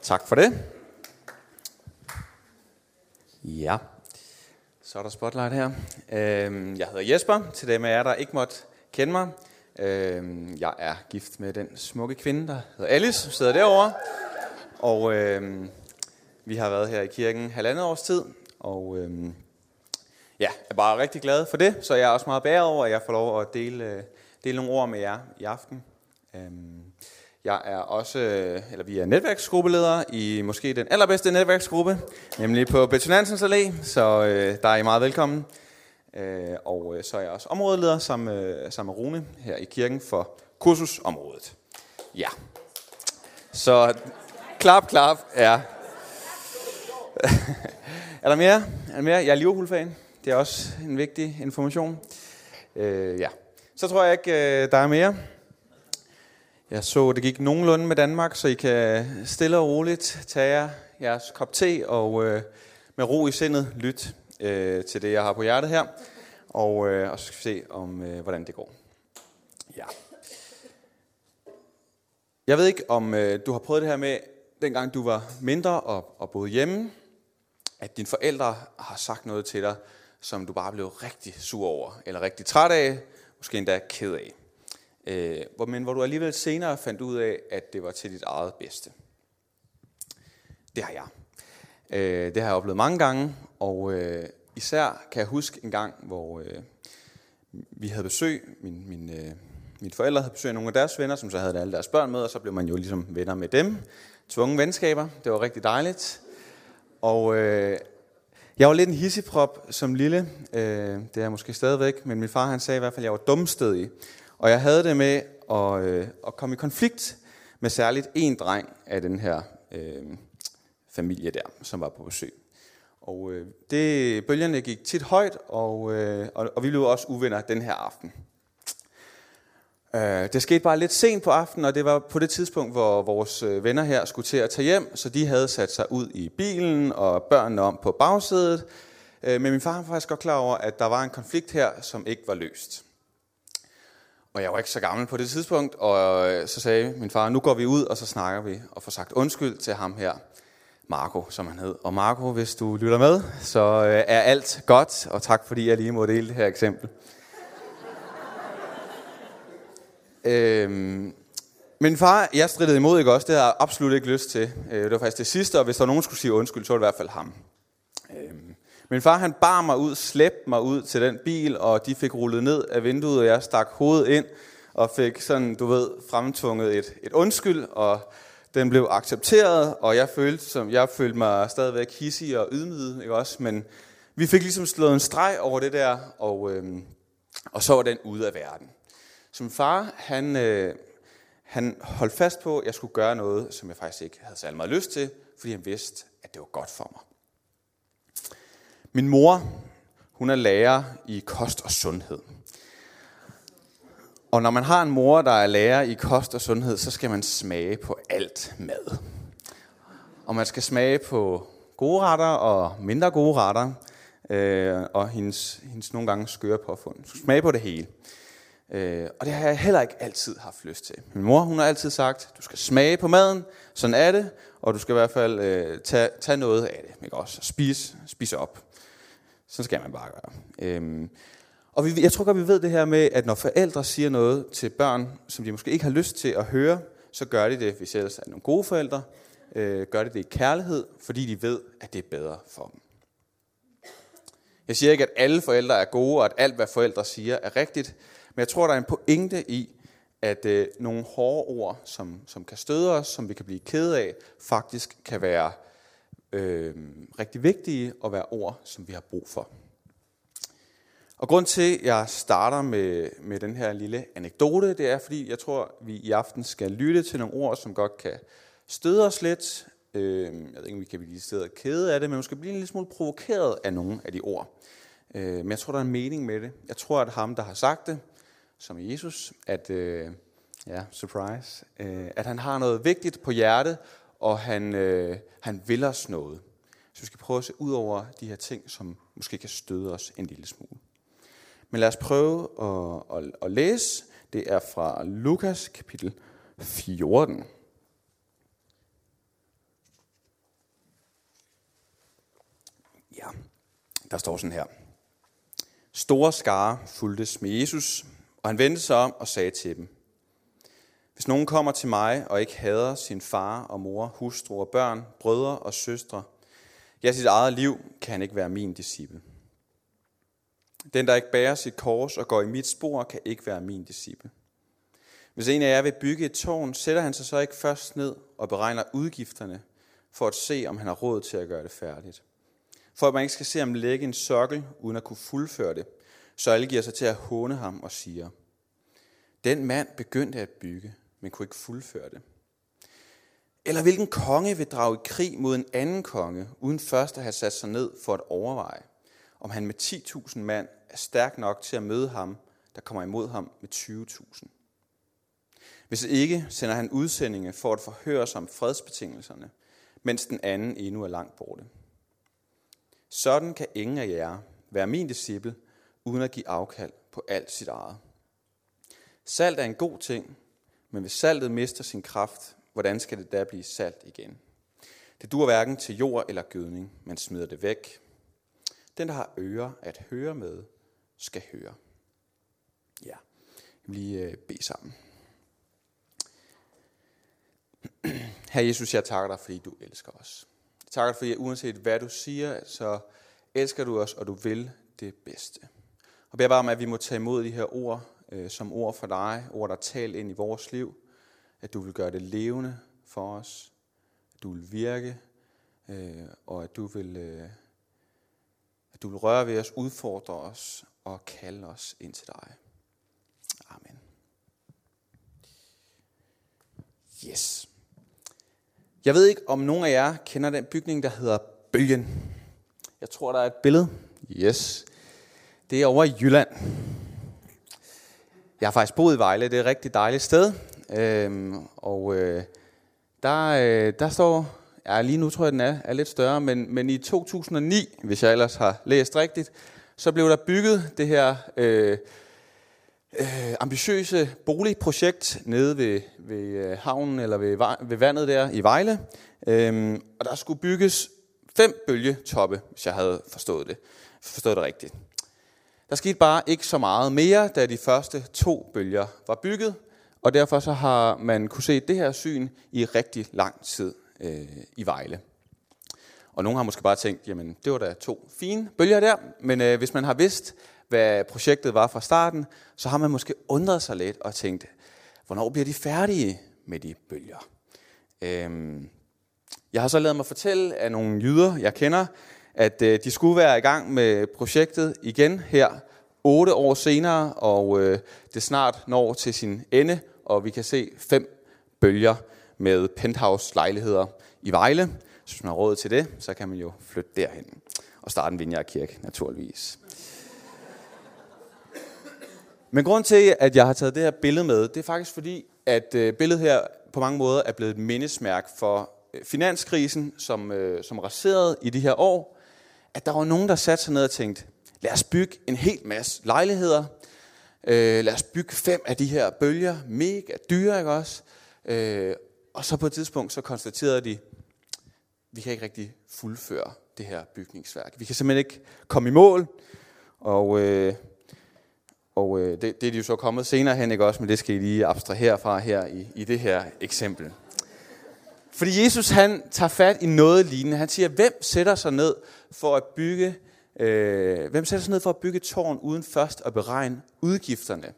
Tak for det. Ja, så er der spotlight her. Jeg hedder Jesper, til dem af jer, der ikke måtte kende mig. Jeg er gift med den smukke kvinde, der hedder Alice, som sidder derovre. Og vi har været her i kirken 1,5 års tid, og jeg er bare rigtig glad for det, så jeg er også meget bæret over, at jeg får lov at dele nogle ord med jer i aften. Jeg er også, vi er netværksgruppeledere i måske den allerbedste netværksgruppe, nemlig på Betty Nansens Allé, så der er I meget velkommen. Og så er jeg også områdeleder sammen med Rune her i kirken for kursusområdet. Ja, så klap, ja. Er der mere? Jeg er Liverpool-fan. Det er også en vigtig information. Ja. Så tror jeg ikke, der er mere. Jeg så, det gik nogenlunde med Danmark, så I kan stille og roligt tage jeres kop te og med ro i sindet lytte til det, jeg har på hjertet her. Og så skal vi se, hvordan det går. Ja. Jeg ved ikke, om du har prøvet det her med, dengang du var mindre og boede hjemme, at dine forældre har sagt noget til dig, som du bare blev rigtig sur over, eller rigtig træt af, måske endda ked af. Men hvor du alligevel senere fandt ud af, at det var til dit eget bedste. Det har jeg. Det har jeg oplevet mange gange, og især kan jeg huske en gang, hvor vi havde besøg. Mine forældre havde besøg af nogle af deres venner, som så havde alle deres børn med, og så blev man jo ligesom venner med dem. Tvungne venskaber. Det var rigtig dejligt. Og jeg var lidt en hissigprop som lille. Det er jeg måske stadigvæk, men min far han sagde i hvert fald, at jeg var dumstædig. Og jeg havde det med at komme i konflikt med særligt en dreng af den her familie der, som var på besøg. Og bølgerne gik tit højt, og vi blev også uvenner den her aften. Det skete bare lidt sent på aftenen, og det var på det tidspunkt, hvor vores venner her skulle til at tage hjem, så de havde sat sig ud i bilen og børnene om på bagsædet. Men min far var faktisk godt klar over, at der var en konflikt her, som ikke var løst. Og jeg var ikke så gammel på det tidspunkt, og så sagde min far, nu går vi ud, og så snakker vi og får sagt undskyld til ham her, Marco, som han hed. Og Marco, hvis du lytter med, så er alt godt, og tak fordi jeg lige må dele det her eksempel. Min far, jeg strittede imod, ikke også? Det havde jeg absolut ikke lyst til. Det var faktisk det sidste, og hvis der nogen skulle sige undskyld, så var det i hvert fald ham. Min far, han bar mig ud, slæbte mig ud til den bil, og de fik rullet ned af vinduet, og jeg stak hovedet ind, og fik sådan, fremtvunget et undskyld, og den blev accepteret, og jeg følte mig stadigvæk hissig og ydmyget, ikke også? Men vi fik ligesom slået en streg over det der, og så var den ude af verden. Så min far, han holdt fast på, at jeg skulle gøre noget, som jeg faktisk ikke havde særlig meget lyst til, fordi han vidste, at det var godt for mig. Min mor, hun er lærer i kost og sundhed. Og når man har en mor, der er lærer i kost og sundhed, så skal man smage på alt mad. Og man skal smage på gode retter og mindre gode retter, og hendes nogle gange skøre påfund. Smage på det hele. Og det har jeg heller ikke altid haft lyst til. Min mor, hun har altid sagt, du skal smage på maden, sådan er det, og du skal i hvert fald tage noget af det, ikke også? Spise op. Sådan skal man bare gøre. Og jeg tror godt, vi ved det her med, at når forældre siger noget til børn, som de måske ikke har lyst til at høre, så gør de det, hvis ellers er nogle gode forældre, gør de det i kærlighed, fordi de ved, at det er bedre for dem. Jeg siger ikke, at alle forældre er gode, og at alt, hvad forældre siger, er rigtigt, men jeg tror, der er en pointe i, at nogle hårde ord, som kan støde os, som vi kan blive kede af, faktisk kan være rigtig vigtige og være ord, som vi har brug for. Og grund til, at jeg starter med den her lille anekdote, det er, fordi jeg tror, vi i aften skal lytte til nogle ord, som godt kan støde os lidt. Jeg ved ikke, om vi kan blive stedet kede af det, men måske blive en lille smule provokeret af nogle af de ord. Men jeg tror, der er en mening med det. Jeg tror, at ham, der har sagt det, som Jesus, at surprise, at han har noget vigtigt på hjertet, og han vil os noget. Så vi skal prøve at se ud over de her ting, som måske kan støde os en lille smule. Men lad os prøve at læse. Det er fra Lukas kapitel 14. Der står sådan her. Store skare fulgtes med Jesus, og han vendte sig om og sagde til dem: Hvis nogen kommer til mig og ikke hader sin far og mor, hustru og børn, brødre og søstre, ja, sit eget liv, kan han ikke være min disciple. Den, der ikke bærer sit kors og går i mit spor, kan ikke være min disciple. Hvis en af jer vil bygge et tårn, sætter han sig så ikke først ned og beregner udgifterne, for at se, om han har råd til at gøre det færdigt. For at man ikke skal se ham lægge en sokkel, uden at kunne fuldføre det, så alle giver sig til at håne ham og siger: Den mand begyndte at bygge, men kunne ikke fuldføre det. Eller hvilken konge vil drage i krig mod en anden konge, uden først at have sat sig ned for at overveje, om han med 10.000 mand er stærk nok til at møde ham, der kommer imod ham med 20.000. Hvis ikke, sender han udsendinge for at forhøre sig om fredsbetingelserne, mens den anden endnu er langt borte. Sådan kan ingen af jer være min disciple, uden at give afkald på alt sit eget. Salt er en god ting, men hvis saltet mister sin kraft, hvordan skal det da blive salt igen? Det duer hverken til jord eller gødning, men smider det væk. Den, der har ører at høre med, skal høre. Ja, vi vil lige bede sammen. Herre Jesus, jeg takker dig, fordi du elsker os. Jeg takker dig, fordi uanset hvad du siger, så elsker du os, og du vil det bedste. Og beder bare om, at vi må tage imod de her ord som ord for dig, ord, der er talt ind i vores liv, at du vil gøre det levende for os, at du vil virke, og at du vil røre ved os, udfordre os og kalde os ind til dig. Amen. Yes. Jeg ved ikke, om nogen af jer kender den bygning, der hedder Bølgen. Jeg tror, der er et billede. Yes. Det er over i Jylland. Jeg har faktisk boet i Vejle. Det er et rigtig dejligt sted. Der står, ja, lige nu tror jeg, den er lidt større, men i 2009, hvis jeg ellers har læst rigtigt, så blev der bygget det her ambitiøse boligprojekt nede ved havnen eller ved vandet der i Vejle. Og der skulle bygges 5 bølgetoppe, hvis jeg havde forstået det rigtigt. Der skete bare ikke så meget mere, da de første 2 bølger var bygget, og derfor så har man kunne se det her syn i rigtig lang tid i Vejle. Og nogen har måske bare tænkt, jamen det var da 2 fine bølger der, men hvis man har vidst, hvad projektet var fra starten, så har man måske undret sig lidt og tænkt, hvornår bliver de færdige med de bølger? Jeg har så ladet mig fortælle af nogle jyder, jeg kender, at de skulle være i gang med projektet igen her 8 år senere, og det snart når til sin ende, og vi kan se 5 bølger med penthouse-lejligheder i Vejle. Så hvis man har råd til det, så kan man jo flytte derhen og starte en Vineyard-kirke, naturligvis. Men grund til, at jeg har taget det her billede med, det er faktisk fordi, at billedet her på mange måder er blevet et mindesmærk for finanskrisen, som raserede i de her år. At der var nogen, der satte sig ned og tænkte, lad os bygge en hel masse lejligheder. Lad os bygge 5 af de her bølger, mega dyre, ikke også? Og så på et tidspunkt, så konstaterede de, vi kan ikke rigtig fuldføre det her bygningsværk. Vi kan simpelthen ikke komme i mål, og det er de jo så kommet senere hen, ikke også? Men det skal I lige abstrahere fra her i det her eksempel. Fordi Jesus, han tager fat i noget lignende. Han siger, hvem sætter sig ned for at bygge et tårn uden først at beregne udgifterne?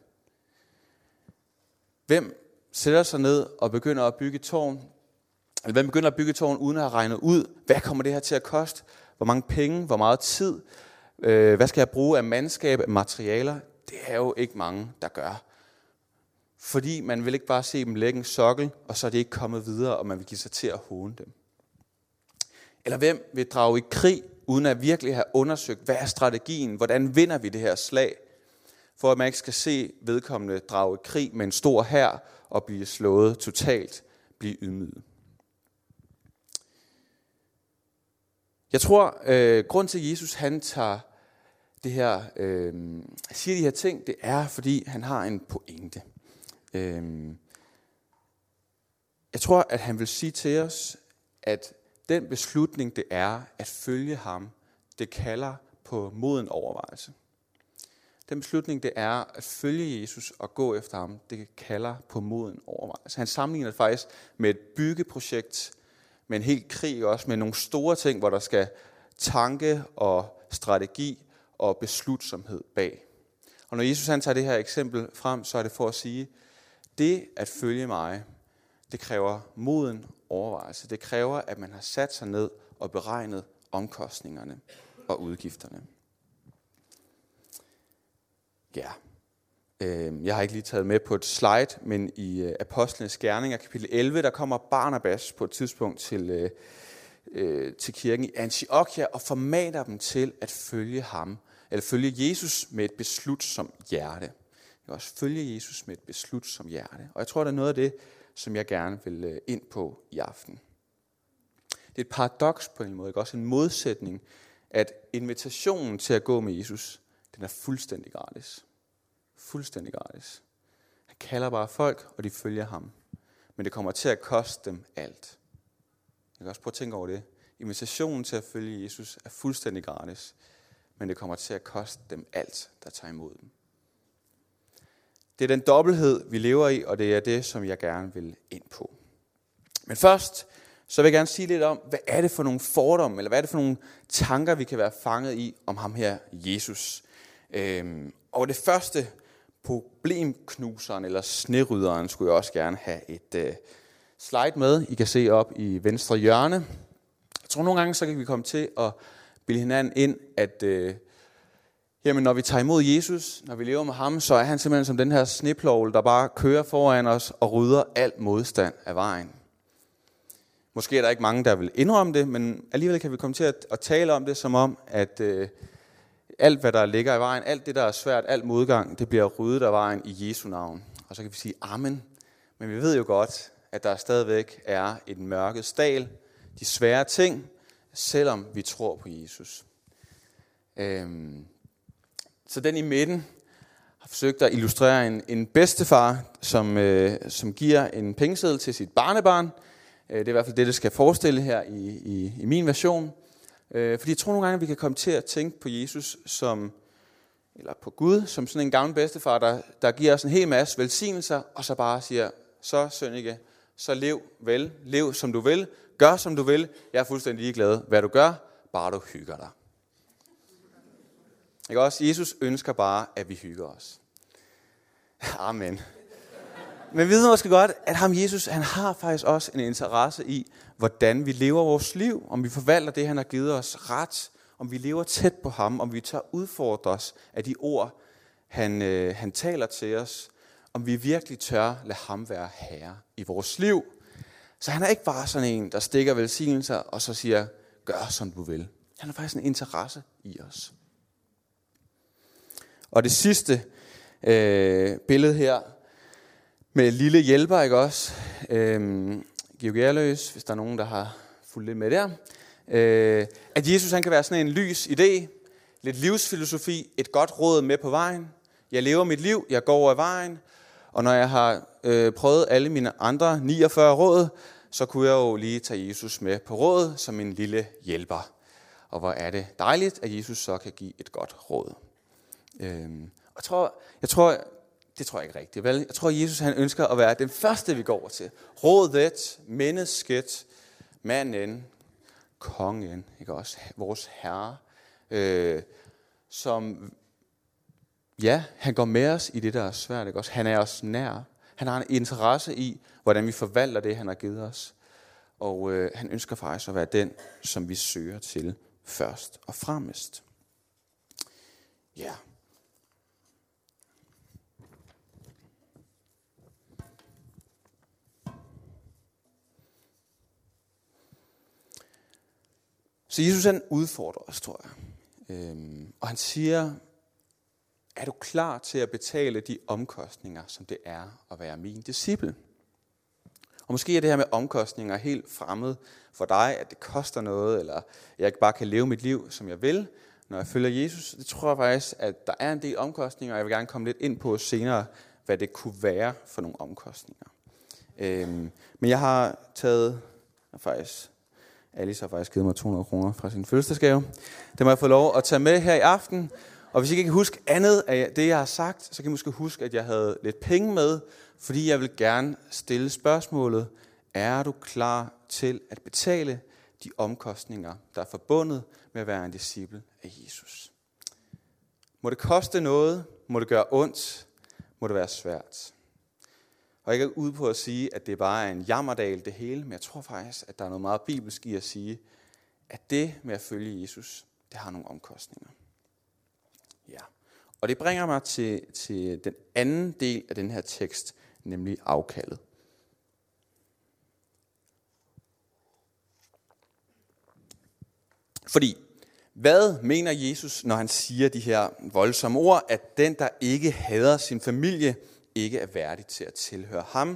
Hvem sætter sig ned og begynder at bygge et tårn? Eller hvem begynder at bygge et tårn uden at have regnet ud, hvad kommer det her til at koste? Hvor mange penge? Hvor meget tid? Hvad skal jeg bruge af mandskab, af materialer? Det er jo ikke mange, der gør. Fordi man vil ikke bare se dem lægge en sokkel, og så er de ikke kommet videre, og man vil give sig til at håne dem. Eller hvem vil drage i krig, uden at virkelig have undersøgt, hvad er strategien? Hvordan vinder vi det her slag? For at man ikke skal se vedkommende drage i krig med en stor hær, og blive slået totalt, blive ydmyget. Jeg tror, grund til, at Jesus han tager det her, siger de her ting, det er, fordi han har en pointe. Jeg tror, at han vil sige til os, at den beslutning, det er at følge ham, det kalder på moden overvejelse. Den beslutning, det er at følge Jesus og gå efter ham, det kalder på moden overvejelse. Han sammenligner det faktisk med et byggeprojekt, med en hel krig også, med nogle store ting, hvor der skal tanke og strategi og beslutsomhed bag. Og når Jesus han tager det her eksempel frem, så er det for at sige, det at følge mig, det kræver moden overvejelse. Det kræver, at man har sat sig ned og beregnet omkostningerne og udgifterne. Ja, jeg har ikke lige taget med på et slide, men i Apostlenes Gerninger, kapitel 11, der kommer Barnabas på et tidspunkt til kirken i Antiochia og formaner dem til at følge ham, eller følge Jesus med et beslutsomt hjerte. Jeg kan også følge Jesus med et beslutsomt hjerte. Og jeg tror, det er noget af det, som jeg gerne vil ind på i aften. Det er et paradoks på en måde, ikke? Også en modsætning, at invitationen til at gå med Jesus, den er fuldstændig gratis. Fuldstændig gratis. Han kalder bare folk, og de følger ham. Men det kommer til at koste dem alt. Jeg kan også prøve at tænke over det. Invitationen til at følge Jesus er fuldstændig gratis, men det kommer til at koste dem alt, der tager imod dem. Det er den dobbelthed, vi lever i, og det er det, som jeg gerne vil ind på. Men først, så vil jeg gerne sige lidt om, hvad er det for nogle fordomme, eller hvad er det for nogle tanker, vi kan være fanget i om ham her, Jesus. Og det første, problemknuseren eller snerydderen, skulle jeg også gerne have et slide med. I kan se op i venstre hjørne. Jeg tror nogle gange, så kan vi komme til at bilde hinanden ind, at jamen, når vi tager imod Jesus, når vi lever med ham, så er han simpelthen som den her sneplovl, der bare kører foran os og rydder alt modstand af vejen. Måske er der ikke mange, der vil indrømme det, men alligevel kan vi komme til at tale om det, som om, at alt, hvad der ligger i vejen, alt det, der er svært, alt modgang, det bliver ryddet af vejen i Jesu navn. Og så kan vi sige amen. Men vi ved jo godt, at der stadigvæk er et mørket dal, de svære ting, selvom vi tror på Jesus. Så den i midten har forsøgt at illustrere en bedstefar, som giver en pengeseddel til sit barnebarn. Det er i hvert fald det skal forestille her i min version. Fordi jeg tror nogle gange, at vi kan komme til at tænke på Jesus eller på Gud, som sådan en gammel bedstefar, der giver os en hel masse velsignelser, og så bare siger, så Sønneke, så lev som du vil, gør som du vil, jeg er fuldstændig ligeglad, hvad du gør, bare du hygger dig. Ikke også? Jesus ønsker bare, at vi hygger os. Amen. Men vi ved måske godt, at ham Jesus, han har faktisk også en interesse i, hvordan vi lever vores liv, om vi forvalter det, han har givet os ret, om vi lever tæt på ham, om vi tør udfordre os af de ord, han taler til os, om vi virkelig tør lade ham være herre i vores liv. Så han er ikke bare sådan en, der stikker velsignelser og så siger, gør som du vil. Han har faktisk en interesse i os. Og det sidste billede her, med lille hjælper, ikke også? Georg Gerløs, hvis der er nogen, der har fulgt lidt med der. At Jesus han kan være sådan en lys idé, lidt livsfilosofi, et godt råd med på vejen. Jeg lever mit liv, jeg går over vejen, og når jeg har prøvet alle mine andre 49 råd, så kunne jeg jo lige tage Jesus med på råd som en lille hjælper. Og hvor er det dejligt, at Jesus så kan give et godt råd. Det tror jeg ikke rigtigt, vel? Jeg tror, at Jesus han ønsker at være den første, vi går over til. Rådet, mennesket, manden, kongen, ikke også? Vores herre, som, ja, han går med os i det, der er svært, ikke også? Han er os nær. Han har en interesse i, hvordan vi forvalter det, han har givet os. Og han ønsker faktisk at være den, som vi søger til først og fremmest. Ja. Så Jesus han udfordrer os, tror jeg. Og han siger, er du klar til at betale de omkostninger, som det er at være min disciple? Og måske er det her med omkostninger helt fremmed for dig, at det koster noget, eller jeg ikke bare kan leve mit liv, som jeg vil, når jeg følger Jesus. Det tror jeg faktisk, at der er en del omkostninger, og jeg vil gerne komme lidt ind på senere, hvad det kunne være for nogle omkostninger. Men jeg har taget faktisk Alice har faktisk givet mig 200 kroner fra sin fødselsdagsgave. Det må jeg få lov at tage med her i aften. Og hvis I ikke kan huske andet af det, jeg har sagt, så kan I måske huske, at jeg havde lidt penge med, fordi jeg vil gerne stille spørgsmålet: er du klar til at betale de omkostninger, der er forbundet med at være en disciple af Jesus? Må det koste noget? Må det gøre ondt? Må det være svært? Og jeg er ikke ude på at sige, at det bare er en jammerdal det hele, men jeg tror faktisk, at der er noget meget bibelsk i at sige, at det med at følge Jesus, det har nogle omkostninger. Ja. Og det bringer mig til den anden del af den her tekst, nemlig afkaldet. Fordi, hvad mener Jesus, når han siger de her voldsomme ord, at den, der ikke hader sin familie, ikke er værdig til at tilhøre ham?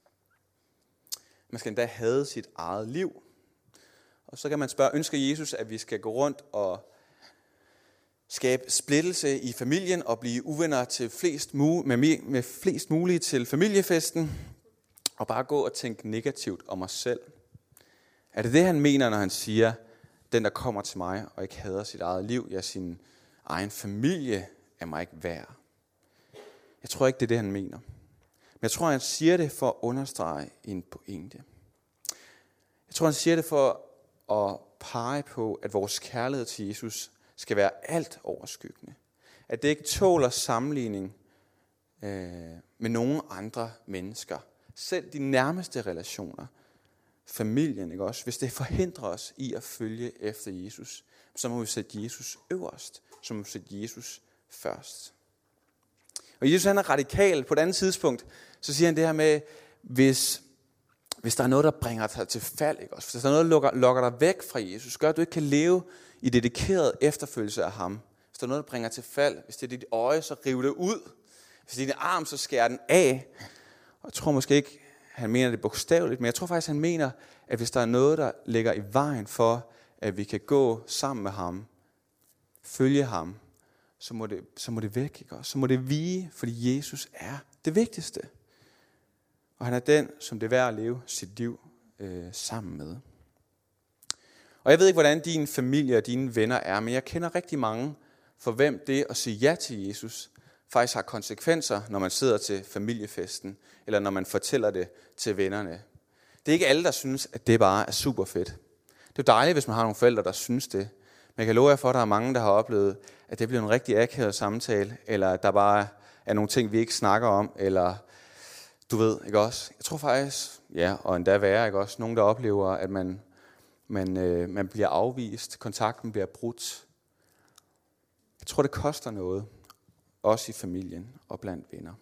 Man skal endda hade sit eget liv. Og så kan man spørge, ønsker Jesus, at vi skal gå rundt og skabe splittelse i familien og blive uvenner til med flest mulige til familiefesten, og bare gå og tænke negativt om os selv? Er det det, han mener, når han siger, den, der kommer til mig og ikke hader sit eget liv, ja, sin egen familie, er mig ikke værd? Jeg tror ikke, det er det, han mener. Men jeg tror, han siger det for at understrege en pointe. Jeg tror, han siger det for at pege på, at vores kærlighed til Jesus skal være alt overskyggende. At det ikke tåler sammenligning med nogen andre mennesker. Selv de nærmeste relationer, familien, ikke også? Hvis det forhindrer os i at følge efter Jesus, så må vi sætte Jesus øverst. Så må vi sætte Jesus først. Og Jesus, han er radikal. På et andet tidspunkt, så siger han det her med, hvis der er noget, der bringer dig til fald, ikke også? Hvis der er noget, der lokker dig væk fra Jesus, gør, at du ikke kan leve i dedikeret efterfølgelse af ham. Hvis der er noget, der bringer til fald, hvis det er dit øje, så riv det ud. Hvis det er din arm, så skær den af. Og jeg tror måske ikke, han mener det bogstaveligt, men jeg tror faktisk, han mener, at hvis der er noget, der ligger i vejen for, at vi kan gå sammen med ham, følge ham, så må det væk, ikke også? Så må det vige, fordi Jesus er det vigtigste. Og han er den, som det er værd at leve sit liv sammen med. Og jeg ved ikke, hvordan din familie og dine venner er, men jeg kender rigtig mange, for hvem det at sige ja til Jesus faktisk har konsekvenser, når man sidder til familiefesten, eller når man fortæller det til vennerne. Det er ikke alle, der synes, at det bare er super fedt. Det er jo dejligt, hvis man har nogle forældre, der synes det. Men jeg kan love jer for, at der er mange, der har oplevet, at det bliver en rigtig akavet samtale, eller at der bare er nogle ting, vi ikke snakker om, eller du ved, ikke også? Jeg tror faktisk, ja, og endda værre, ikke også? Nogen, der oplever, at man bliver afvist, kontakten bliver brudt. Jeg tror, det koster noget, også i familien og blandt venner.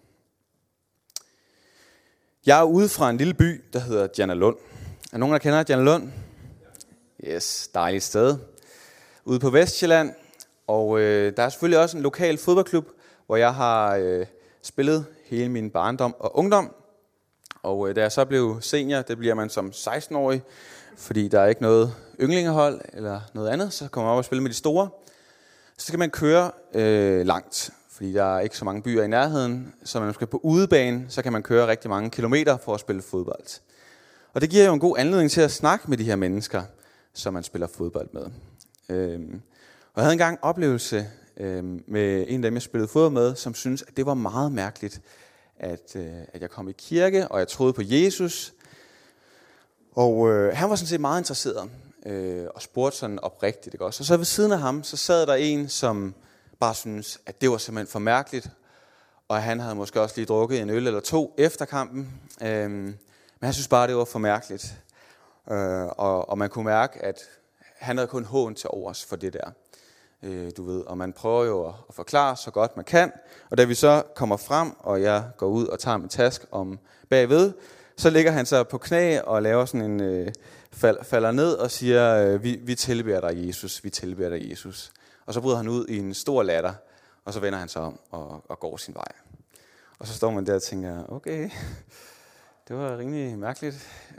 Jeg er ude fra en lille by, der hedder Dianalund. Er nogen, der kender Dianalund? Yes, dejligt sted. Ude på Vestsjælland. Og der er selvfølgelig også en lokal fodboldklub, hvor jeg har spillet hele min barndom og ungdom. Og da jeg så blev senior, det bliver man som 16-årig, fordi der er ikke noget ynglingehold eller noget andet, så kommer man op og spille med de store. Så kan man køre langt, fordi der er ikke så mange byer i nærheden. Så når man skal på udebane, så kan man køre rigtig mange kilometer for at spille fodbold. Og det giver jo en god anledning til at snakke med de her mennesker, som man spiller fodbold med. Og jeg havde engang en oplevelse med en af dem, jeg spillede fodbold med, som syntes, at det var meget mærkeligt, at jeg kom i kirke, og jeg troede på Jesus. Og han var sådan set meget interesseret, og spurgte sådan oprigtigt, ikke også? Og så ved siden af ham, så sad der en, som bare syntes, at det var simpelthen for mærkeligt, og han havde måske også lige drukket en øl eller to efter kampen, men han synes bare, det var for mærkeligt. Og man kunne mærke, at han havde kun hån til overs for det der. Du ved, og man prøver jo at forklare så godt man kan. Og da vi så kommer frem, og jeg går ud og tager min task om bagved, så ligger han så på knæ og laver sådan en falder ned og siger, vi tilbeder dig Jesus, vi tilbeder dig Jesus. Og så bryder han ud i en stor latter, og så vender han sig om og går sin vej. Og så står man der og tænker, okay, det var rimelig mærkeligt.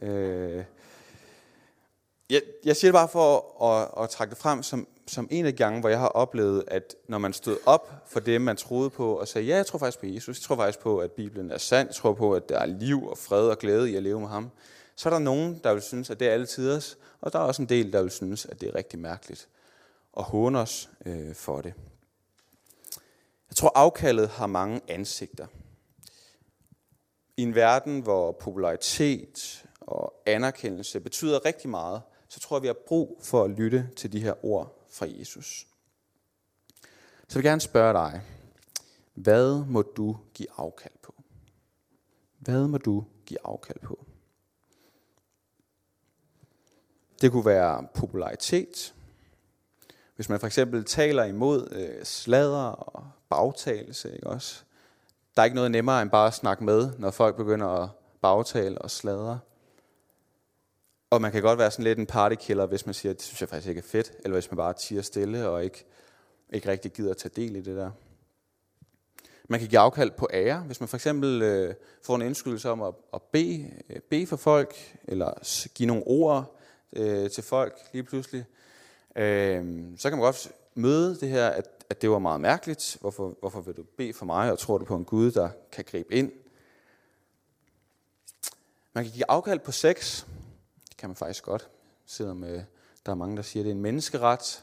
Jeg siger det bare for at trække det frem som en af de gange, hvor jeg har oplevet, at når man stod op for det, man troede på, og sagde, ja, jeg tror faktisk på Jesus, jeg tror faktisk på, at Bibelen er sand, jeg tror på, at der er liv og fred og glæde i at leve med ham, Så er der nogen, der vil synes, at det er alle tiders, og der er også en del, der vil synes, at det er rigtig mærkeligt, og håne os for det. Jeg tror, afkaldet har mange ansigter. I en verden, hvor popularitet og anerkendelse betyder rigtig meget, så tror jeg, vi har brug for at lytte til de her ord fra Jesus. Så jeg vil gerne spørge dig, hvad må du give afkald på? Hvad må du give afkald på? Det kunne være popularitet. Hvis man for eksempel taler imod sladder og bagtalelse, ikke også? Der er ikke noget nemmere end bare at snakke med, når folk begynder at bagtale og sladre. Og man kan godt være sådan lidt en partykiller, hvis man siger, at det synes jeg faktisk ikke er fedt, eller hvis man bare tier stille og ikke rigtig gider at tage del i det der. Man kan give afkald på ære, hvis man for eksempel får en indskydelse om at bede for folk, eller give nogle ord til folk lige pludselig. Så kan man godt møde det her, at det var meget mærkeligt. Hvorfor vil du bede for mig, og tror du på en Gud, der kan gribe ind? Man kan give afkald på sex. Det kan man faktisk godt, selvom der er mange, der siger, at det er en menneskeret.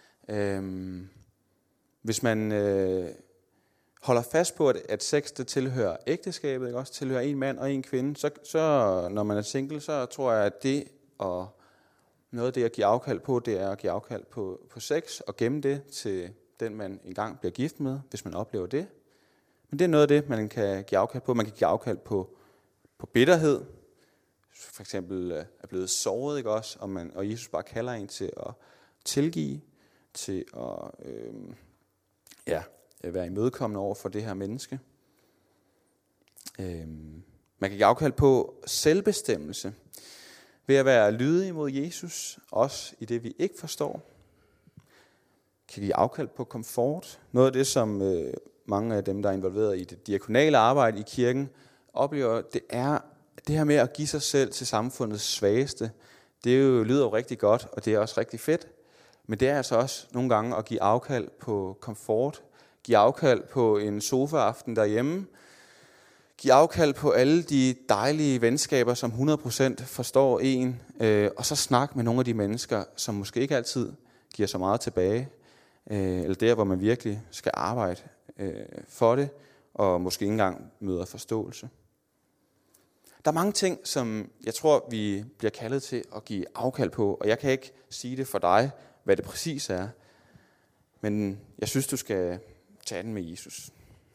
Hvis man holder fast på, at sex det tilhører ægteskabet, ikke også tilhører en mand og en kvinde, så når man er single, så tror jeg, at det og noget af det at give afkald på, det er at give afkald på sex og gemme det til den, man engang bliver gift med, hvis man oplever det. Men det er noget af det, man kan give afkald på. Man kan give afkald på bitterhed. For eksempel er blevet såret, ikke også? Og Jesus bare kalder en til at tilgive, til at være imødekommende over for det her menneske. Man kan give afkald på selvbestemmelse. Ved at være lydige mod Jesus, også i det, vi ikke forstår. Kan give afkald på komfort. Noget af det, som mange af dem, der er involveret i det diakonale arbejde i kirken, oplever, det er det her med at give sig selv til samfundets svageste. Det lyder jo rigtig godt, og det er også rigtig fedt. Men det er altså også nogle gange at give afkald på komfort. Give afkald på en sofaaften derhjemme. Giv afkald på alle de dejlige venskaber, som 100% forstår en, og så snak med nogle af de mennesker, som måske ikke altid giver så meget tilbage, eller der, hvor man virkelig skal arbejde for det, og måske ikke engang møder forståelse. Der er mange ting, som jeg tror, vi bliver kaldet til at give afkald på, og jeg kan ikke sige det for dig, hvad det præcis er, men jeg synes, du skal tage den med Jesus.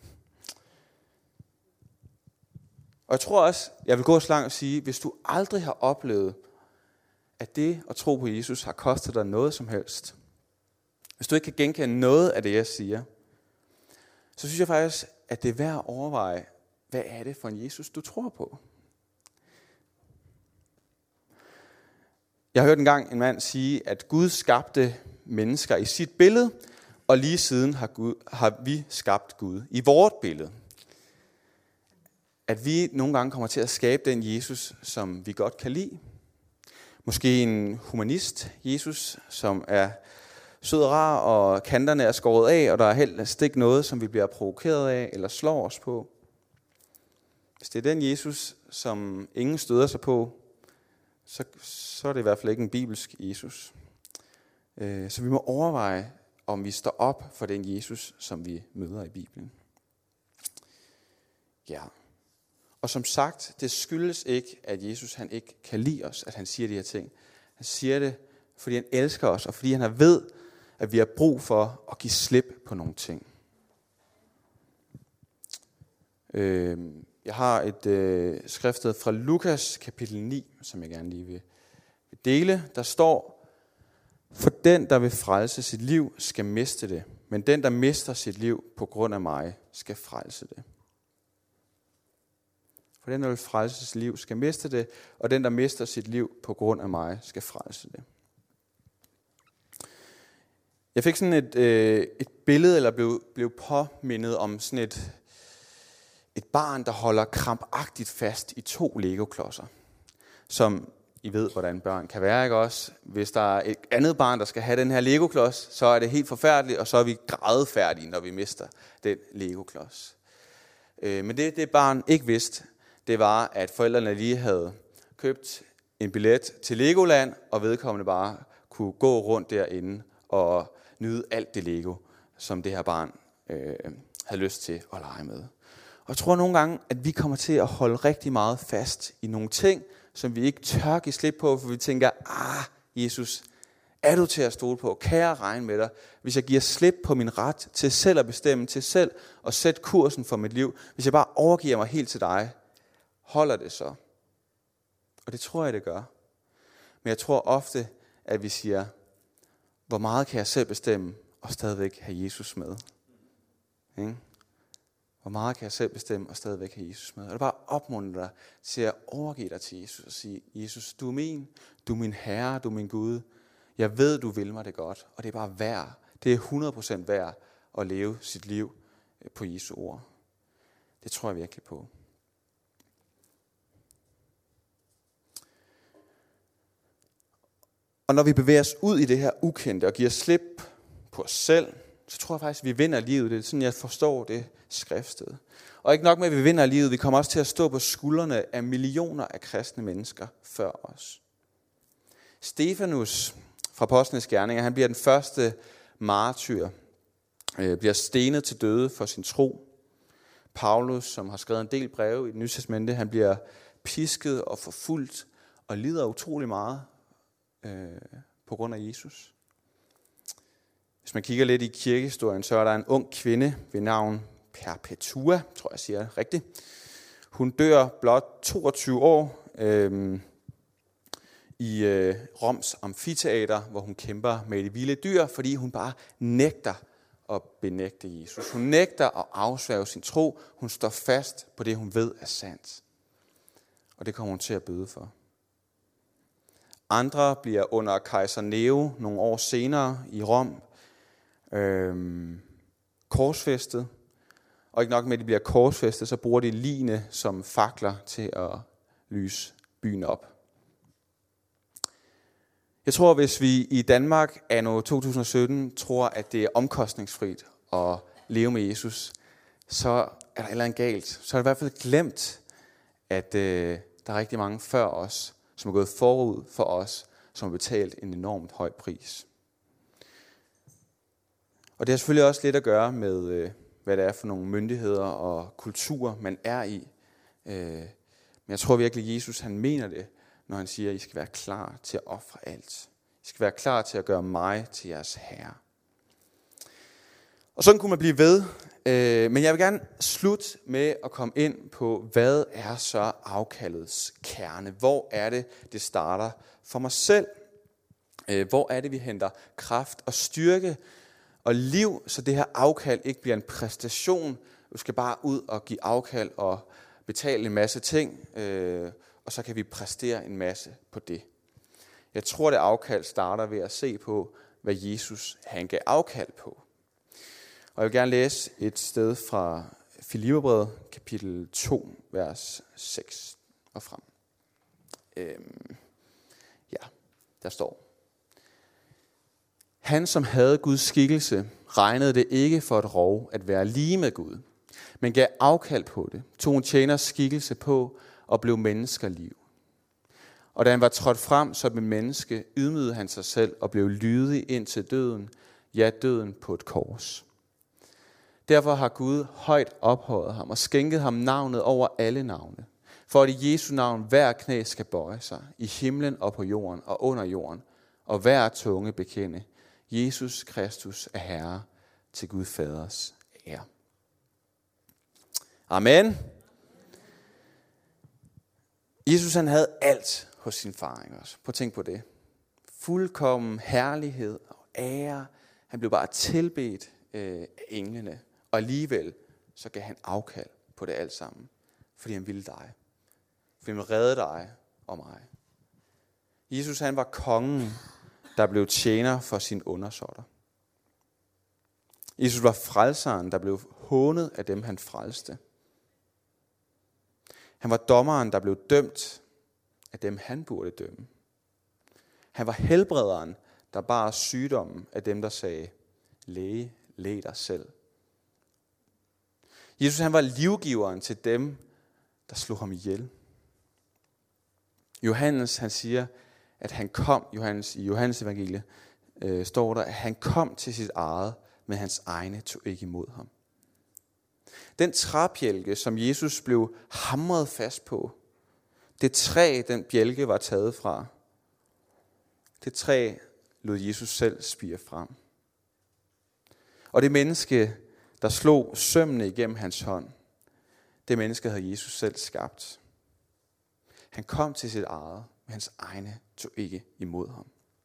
Og jeg tror også, jeg vil gå så langt og sige, hvis du aldrig har oplevet, at det at tro på Jesus har kostet dig noget som helst, hvis du ikke kan genkende noget af det, jeg siger, så synes jeg faktisk, at det er værd at overveje, hvad er det for en Jesus, du tror på? Jeg har hørt engang en mand sige, at Gud skabte mennesker i sit billede, og lige siden har vi skabt Gud i vort billede. At vi nogle gange kommer til at skabe den Jesus, som vi godt kan lide. Måske en humanist Jesus, som er sød og rar, og kanterne er skåret af, og der er helst ikke noget, som vi bliver provokeret af eller slår os på. Hvis det er den Jesus, som ingen støder sig på, så er det i hvert fald ikke en bibelsk Jesus. Så vi må overveje, om vi står op for den Jesus, som vi møder i Bibelen. Ja. Og som sagt, det skyldes ikke, at Jesus han ikke kan lide os, at han siger de her ting. Han siger det, fordi han elsker os, og fordi han ved, at vi har brug for at give slip på nogle ting. Jeg har et skriftsted fra Lukas kapitel 9, som jeg gerne lige vil dele. Der står, for den, der vil frelse sit liv, skal miste det, men den, der mister sit liv på grund af mig, skal frelse det. For den, der vil frelse sit liv, skal miste det, og den, der mister sit liv på grund af mig, skal frelse det. Jeg fik sådan et billede, eller blev påmindet om sådan et barn, der holder krampagtigt fast i 2 Lego-klodser. Som I ved, hvordan børn kan være, ikke også? Hvis der er et andet barn, der skal have den her Lego-klods, så er det helt forfærdeligt, og så er vi grædefærdige, når vi mister den Lego-klods. Men det barn ikke vidste, det var, at forældrene lige havde købt en billet til Legoland, og vedkommende bare kunne gå rundt derinde og nyde alt det Lego, som det her barn havde lyst til at lege med. Og jeg tror nogle gange, at vi kommer til at holde rigtig meget fast i nogle ting, som vi ikke tør give slip på, for vi tænker, Jesus, er du til at stole på? Kan jeg regne med dig? Hvis jeg giver slip på min ret til selv at bestemme, til selv at sætte kursen for mit liv, hvis jeg bare overgiver mig helt til dig, holder det så? Og det tror jeg, det gør. Men jeg tror ofte, at vi siger, hvor meget kan jeg selv bestemme, og stadigvæk have Jesus med? Ikke? Hvor meget kan jeg selv bestemme, og stadigvæk have Jesus med? Og det er bare opmuntre dig til at overgive dig til Jesus og sige, Jesus, du er min, du er min Herre, du er min Gud. Jeg ved, du vil mig det godt, og det er bare værd. Det er 100% værd at leve sit liv på Jesu ord. Det tror jeg virkelig på. Og når vi bevæger os ud i det her ukendte og giver slip på os selv, så tror jeg faktisk, at vi vinder livet. Det er sådan, jeg forstår det skriftsted. Og ikke nok med, at vi vinder livet, vi kommer også til at stå på skuldrene af millioner af kristne mennesker før os. Stefanus fra Apostlenes Gerninger, han bliver den første martyr, bliver stenet til døde for sin tro. Paulus, som har skrevet en del breve i Det Nye Testamente, han bliver pisket og forfulgt og lider utrolig meget på grund af Jesus. Hvis man kigger lidt i kirkehistorien, så er der en ung kvinde ved navn Perpetua, tror jeg siger det rigtigt. Hun dør blot 22 år i Roms amfiteater, hvor hun kæmper med de vilde dyr, fordi hun bare nægter at benægte Jesus. Hun nægter at afsværge sin tro. Hun står fast på det, hun ved er sandt. Og det kommer hun til at bøde for. Andre bliver under kejser Nero nogle år senere i Rom korsfæstet. Og ikke nok med, at de bliver korsfæstet, så bruger de ligene som fakler til at lyse byen op. Jeg tror, hvis vi i Danmark anno 2017 tror, at det er omkostningsfrit at leve med Jesus, så er der et eller andet galt. Så er det i hvert fald glemt, at der er rigtig mange før os, som er gået forud for os, som har betalt en enormt høj pris. Og det har selvfølgelig også lidt at gøre med, hvad det er for nogle myndigheder og kulturer, man er i. Men jeg tror virkelig, at Jesus han mener det, når han siger, at I skal være klar til at ofre alt. I skal være klar til at gøre mig til jeres herre. Og sådan kunne man blive ved. Men jeg vil gerne slutte med at komme ind på, hvad er så afkaldets kerne? Hvor er det, det starter for mig selv? Hvor er det, vi henter kraft og styrke og liv, så det her afkald ikke bliver en præstation? Du skal bare ud og give afkald og betale en masse ting, og så kan vi præstere en masse på det. Jeg tror, det afkald starter ved at se på, hvad Jesus han gav afkald på. Og jeg vil gerne læse et sted fra Filipperbrevet, kapitel 2, vers 6 og frem. Der står: Han, som havde Guds skikkelse, regnede det ikke for et rov at være lige med Gud, men gav afkald på det, tog en tjeners skikkelse på og blev menneskeliv. Og da han var trådt frem som et menneske, ydmygede han sig selv og blev lydig ind til døden, ja, døden på et kors. Derfor har Gud højt ophøjet ham og skænket ham navnet over alle navne, for at i Jesu navn hver knæ skal bøje sig, i himlen og på jorden og under jorden, og hver tunge bekende, Jesus Kristus er Herre, til Gud Faders ære. Amen. Jesus han havde alt hos sin far, ikke også? Prøv at tænk på det. Fuldkommen herlighed og ære. Han blev bare tilbedt af englene. Og alligevel så gav han afkald på det alt sammen. Fordi han ville dig. Fordi han ville redde dig og mig. Jesus han var kongen, der blev tjener for sin undersåtter. Jesus var frelseren, der blev hånet af dem, han frelste. Han var dommeren, der blev dømt af dem, han burde dømme. Han var helbrederen, der bar sygdommen af dem, der sagde, læge, læg dig selv. Jesus han var livgiveren til dem, der slog ham ihjel. Johannes, han siger, at han kom, i Johannes evangelie, står der, at han kom til sit eget, men hans egne tog ikke imod ham. Den træbjælke, som Jesus blev hamret fast på, det træ, den bjælke var taget fra, det træ lod Jesus selv spire frem. Og det menneske, der slog sømmene igennem hans hånd, det menneske havde Jesus selv skabt. Han kom til sit eget, men hans egne tog ikke imod ham.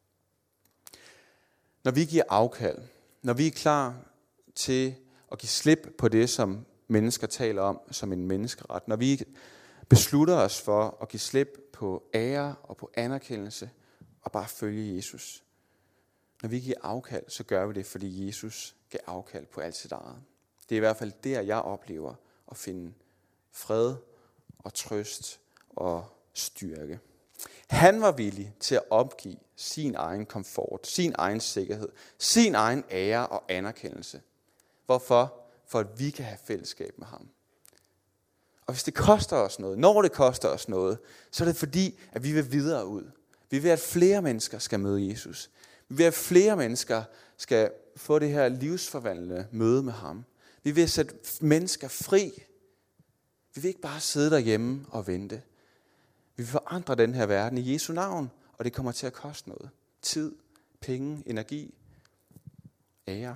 Når vi giver afkald, når vi er klar til at give slip på det, som mennesker taler om som en menneskeret, når vi beslutter os for at give slip på ære og på anerkendelse og bare følge Jesus. Når vi giver afkald, så gør vi det, fordi Jesus gav afkald på alt sit eget. Det er i hvert fald der, jeg oplever at finde fred og trøst og styrke. Han var villig til at opgive sin egen komfort, sin egen sikkerhed, sin egen ære og anerkendelse. Hvorfor? For at vi kan have fællesskab med ham. Og hvis det koster os noget, når det koster os noget, så er det fordi, at vi vil videre ud. Vi vil, at flere mennesker skal møde Jesus. Vi vil, at flere mennesker skal få det her livsforvandlende møde med ham. Vi vil sætte mennesker fri. Vi vil ikke bare sidde derhjemme og vente. Vi vil forandre den her verden i Jesu navn, og det kommer til at koste noget. Tid, penge, energi, ære.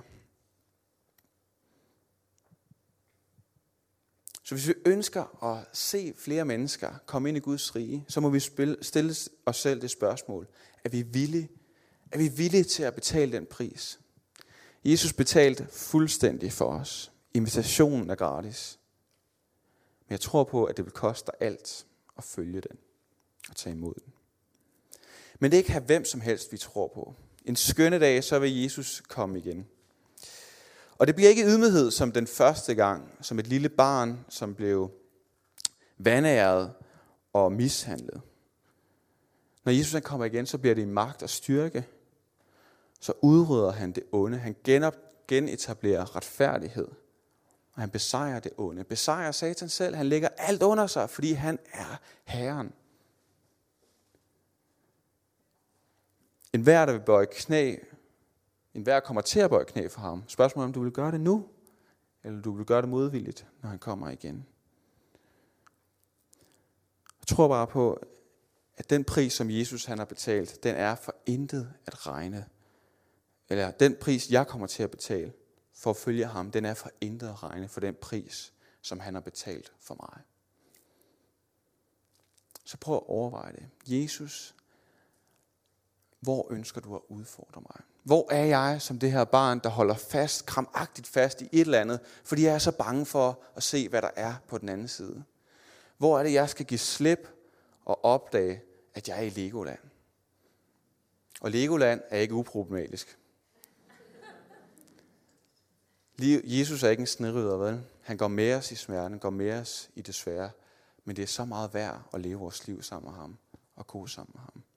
Så hvis vi ønsker at se flere mennesker komme ind i Guds rige, så må vi stille os selv det spørgsmål. Er vi villige til at betale den pris? Jesus betalte fuldstændig for os. Invitationen er gratis. Men jeg tror på, at det vil koste alt at følge den og tage imod den. Men det er ikke have hvem som helst, vi tror på. En skønne dag, så vil Jesus komme igen. Og det bliver ikke ydmyghed som den første gang, som et lille barn, som blev vanæret og mishandlet. Når Jesus kommer igen, så bliver det i magt og styrke. Så udrydder han det onde. Han genetablerer retfærdighed. Og han besejrer det onde. Besejrer Satan selv. Han lægger alt under sig, fordi han er Herren. Enhver, der vil bøje knæ, enhver kommer til at bøje knæ for ham. Spørgsmålet om du vil gøre det nu, eller du vil gøre det modvilligt, når han kommer igen. Jeg tror bare på, at den pris, som Jesus han har betalt, den er for intet at regne. Eller den pris, jeg kommer til at betale for at følge ham, den er for intet at regne for den pris, som han har betalt for mig. Så prøv at overveje det. Jesus, hvor ønsker du at udfordre mig? Hvor er jeg som det her barn, der holder fast, krampagtigt fast i et eller andet, fordi jeg er så bange for at se, hvad der er på den anden side? Hvor er det, jeg skal give slip og opdage, at jeg er i Legoland? Og Legoland er ikke uproblematisk. Jesus er ikke en snedrydder, vel? Han går med os i smerten, går med os i det svære, men det er så meget værd at leve vores liv sammen med ham og gå sammen med ham.